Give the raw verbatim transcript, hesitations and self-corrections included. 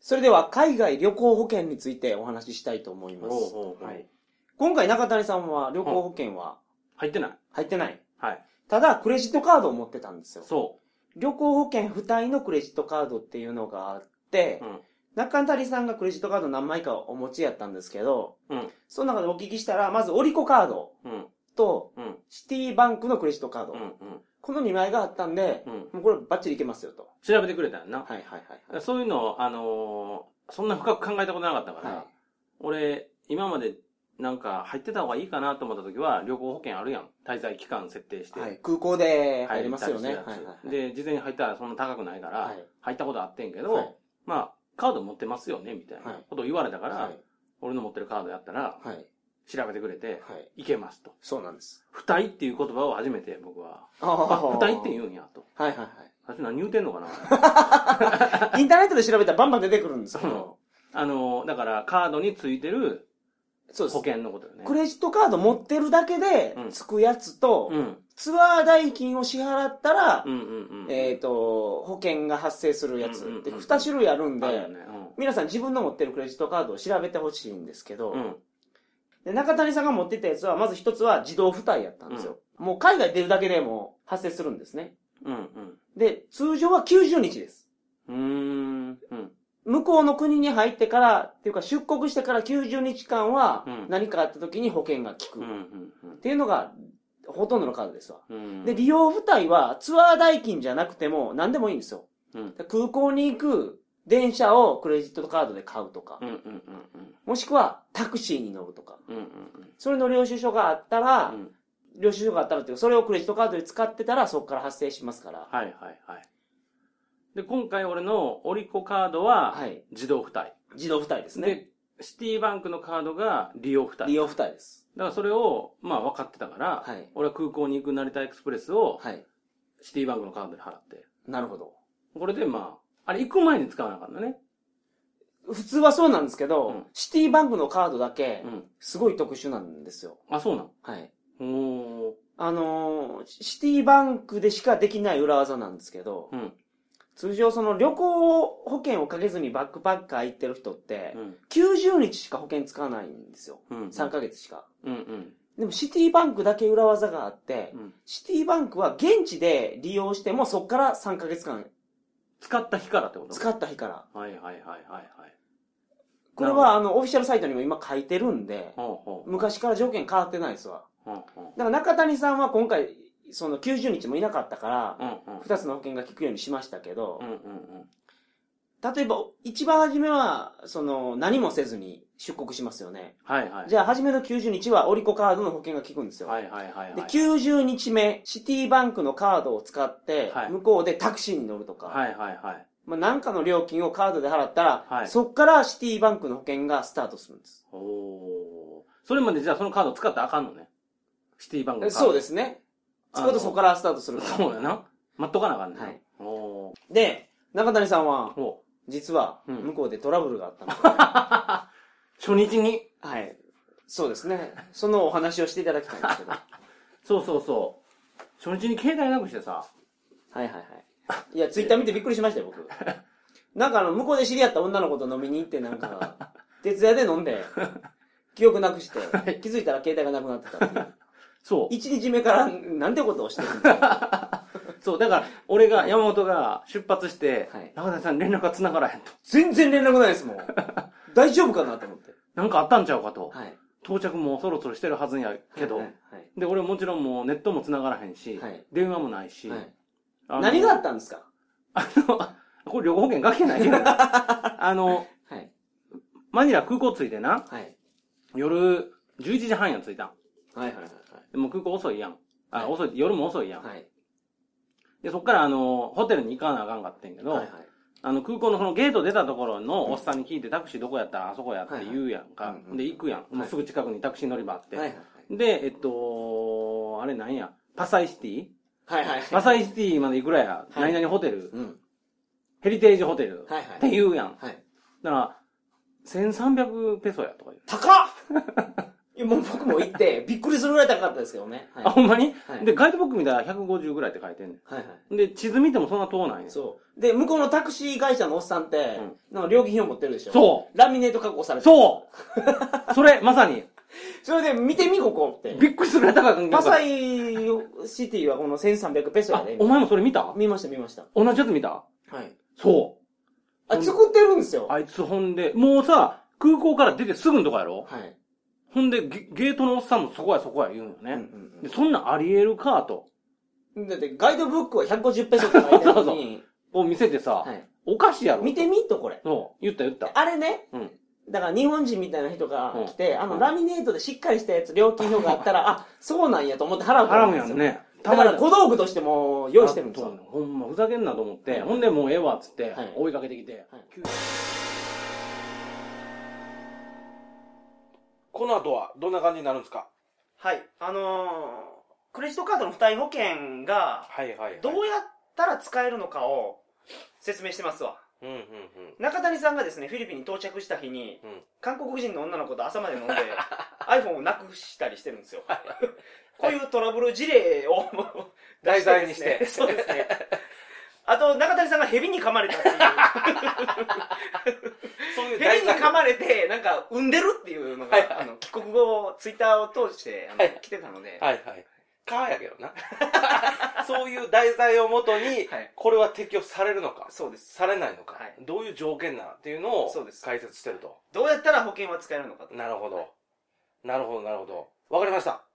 それでは海外旅行保険についてお話ししたいと思います。 おうおうおう、はい、 今回中谷さんは旅行保険は入ってない。 入ってない。 はい。 ただクレジットカードを持ってたんですよ。 そう。 旅行保険付帯のクレジットカードっていうのがあって、うん、中谷さんがクレジットカード何枚かお持ちやったんですけど、うん、その中でお聞きしたら、まずオリコカードと、うん、シティバンクのクレジットカード。うんうん、このにまいがあったんで、うん、もうこれバッチリいけますよと。 調べてくれたんな。 はいはいはい、はい。 そういうの、あのー、そんな深く考えたことなかったから、はい、俺、今までなんか入ってた方がいいかなと思った時は、旅行保険あるやん。滞在期間設定して。 はい、空港で入りますよね。はいはいはい、 で、事前に入ったらそんな高くないから、はい、入ったことあってんけど、はい、まあ、カード持ってますよね、みたいなことを言われたから、はい、俺の持ってるカードやったら、はい、調べてくれて、はい、いけますと。 そうなんです。 付帯っていう言葉を初めて僕は、あ、付帯って言うんやと。 はいはいはい。 私何言うてんのかなインターネットで調べたらバンバン出てくるんですよ。 あの、だからカードについてる保険のことよね。 クレジットカード持ってるだけでつくやつと、うん、ツアー代金を支払ったら、えっと、保険が発生するやつってに種類あるんで、ね、うん、皆さん自分の持ってるクレジットカードを調べてほしいんですけど、うん、で中谷さんが持ってたやつは、まず一つは自動付帯やったんですよ。うん、もう海外出るだけでも発生するんですね。うんうん、で、通常はきゅうじゅうにちです。うーん、うん、向こうの国に入ってから、っていうか出国してからきゅうじゅうにちかんは何かあった時に保険が効く。っていうのがほとんどのカードですわ。うん、で、利用付帯はツアー代金じゃなくても何でもいいんですよ。うん、空港に行く電車をクレジットカードで買うとか、うんうんうんうん、もしくはタクシーに乗るとか、うんうんうん、それの領収書があったら、うん、領収書があったらっていうか、それをクレジットカードで使ってたらそこから発生しますから。 はいはいはい。で、今回俺のオリコカードは自動付帯。はい、 自動付帯ですね。 で、シティバンクのカードが利用付帯。 利用付帯です。 だからそれを、まあ分かってたから、はい、俺は空港に行く成田エクスプレスを、はい、シティバンクのカードで払って。 なるほど。 これでまあ、あれ行く前に使わなあかんのね。 普通はそうなんですけど、うん、シティバンクのカードだけ、すごい特殊なんですよ。 うん、あ、そうなの？ はい。おー。あのー、シティバンクでしかできない裏技なんですけど、うん、通常その旅行保険をかけずにバックパッカー行ってる人って、うん、きゅうじゅうにちしか保険使わないんですよ。うんうん、さんかげつしか。うんうん、でもシティバンクだけ裏技があって、うん、シティバンクは現地で利用してもそこからさんかげつかん。 使った日からってこと？ 使った日から。 はいはいはいはいはい。 これはあのオフィシャルサイトにも今書いてるんで、ほうほう、昔から条件変わってないですわ。ほうほう、だから中谷さんは今回そのきゅうじゅうにちもいなかったから、うんうん、ふたつの保険が効くようにしましたけど、うんうんうん、例えば一番初めはその何もせずに出国しますよね。はいはい、じゃあ初めのきゅうじゅうにちはオリコカードの保険が効くんですよ。はいはいはいはい、できゅうじゅうにちめシティバンクのカードを使って向こうでタクシーに乗るとか。はいはいはい、まあ、何かの料金をカードで払ったら、はい、そっからシティバンクの保険がスタートするんです。おー。 それまでじゃあそのカード使ったらあかんのね。シティバンクのカード。 そうですね。使うとそこからスタートするから。 そうだな。待っとかなあかんね。はい。 おー。で、中谷さんは、実は、向こうでトラブルがあったので、 うん、初日に。 はい。そうですね。そのお話をしていただきたいんですけど。 そうそうそう。初日に携帯なくしてさ。 はいはいはい。いや、ツイッター見てびっくりしましたよ、僕。なんかあの、向こうで知り合った女の子と飲みに行って、なんか、徹夜で飲んで、記憶なくして、気づいたら携帯がなくなってたっていう。そう。一日目からなんてことをしてるんですか。 そう、だから、俺が、山本が出発して、はい、中谷さん連絡が繋がらへんと。 全然連絡ないですもん。大丈夫かなと思って。 なんかあったんちゃうかと。はい、到着もそろそろしてるはずやけど、はいはいはい、で、俺もちろんもうネットも繋がらへんし、はい、電話もないし、はい、 何があったんですか？ あの、これ旅行保険関係ないけど、あの、はい、マニラ空港着いてな、はい、夜じゅういちじはんやん着いたん。はいはいはい、はい。でも空港遅いやん。あ、はい、遅い、夜も遅いやん。はい、で、そっからあの、ホテルに行かなあかんかってんけど、はいはい、あの、空港のそのゲート出たところのおっさんに聞いて、タクシーどこやったらあそこやって言うやんか。はいはい、で、行くやん。はい、もうすぐ近くにタクシー乗り場あって。はいはいはい、で、えっと、あれなんや、パサイシティはいはいはい、パサイシティまでいくらや、はい、何々ホテル、うん、ヘリテージホテル、はいはい、って言うやん。はい、だから、せんさんびゃくペソやとか言う。 高っいや、もう僕も行って、びっくりするぐらい高かったですけどね。 はい、あ、ほんまに、はい、で、ガイドブック見たらひゃくごじゅうぐらいって書いてんねん。はいはい。で、地図見てもそんな遠ないねん。 そう。で、向こうのタクシー会社のおっさんって、うん、なんか料金表持ってるでしょ。 そう。 ラミネート加工されてる。そうそれ、まさに。 それで、見てみ、ここって。 びっくりするぐらい高い。 パサイシティはこのせんさんびゃくペソやで。 お前もそれ見た？ 見ました、見ました。 同じやつ見た？ はい。 そう。 あ、作ってるんですよ。 あいつほんで、もうさ、空港から出てすぐのとこやろ？はい。ほんでゲ、ゲートのおっさんもそこやそこや言うのね。うんうんうん、でそんなんあり得るかと。 だってガイドブックはひゃくごじゅうペソって書いてあるのに。 を見せてさ、はい、おかしいやろ。 見てみとこれ。 そう。言った言った。 あれね。うん。だから日本人みたいな人が来て、うん、あの、ラミネートでしっかりしたやつ、料金表があったら、あ、そうなんやと思って払うから。払うんやんね。 だから小道具としても用意してるんですよ。 ほんまふざけんなと思って、はい、ほんでもうええわっつって、はい、追いかけてきて。はい、この後はどんな感じになるんですか？ はい。あのー、クレジットカードの付帯保険が、どうやったら使えるのかを説明してますわ。うんうんうん、中谷さんがですね、フィリピンに到着した日に、うん、韓国人の女の子と朝まで飲んで、iPhone をなくしたりしてるんですよ。こういうトラブル事例を題材にして。 そうですね。あと、中谷さんが蛇に噛まれたっていう。そういう蛇に噛まれて、なんか、産んでるっていうのが、はいはい、あの帰国後、ツイッターを通してあの、はい、来てたので。 はいはい。かやけどな。そういう題材をもとに、はい、これは適用されるのか、 そうです。 されないのか、はい、どういう条件なのっていうのを解説してると。 どうやったら保険は使えるのかと。 なるほど。なるほど、なるほど。わかりました。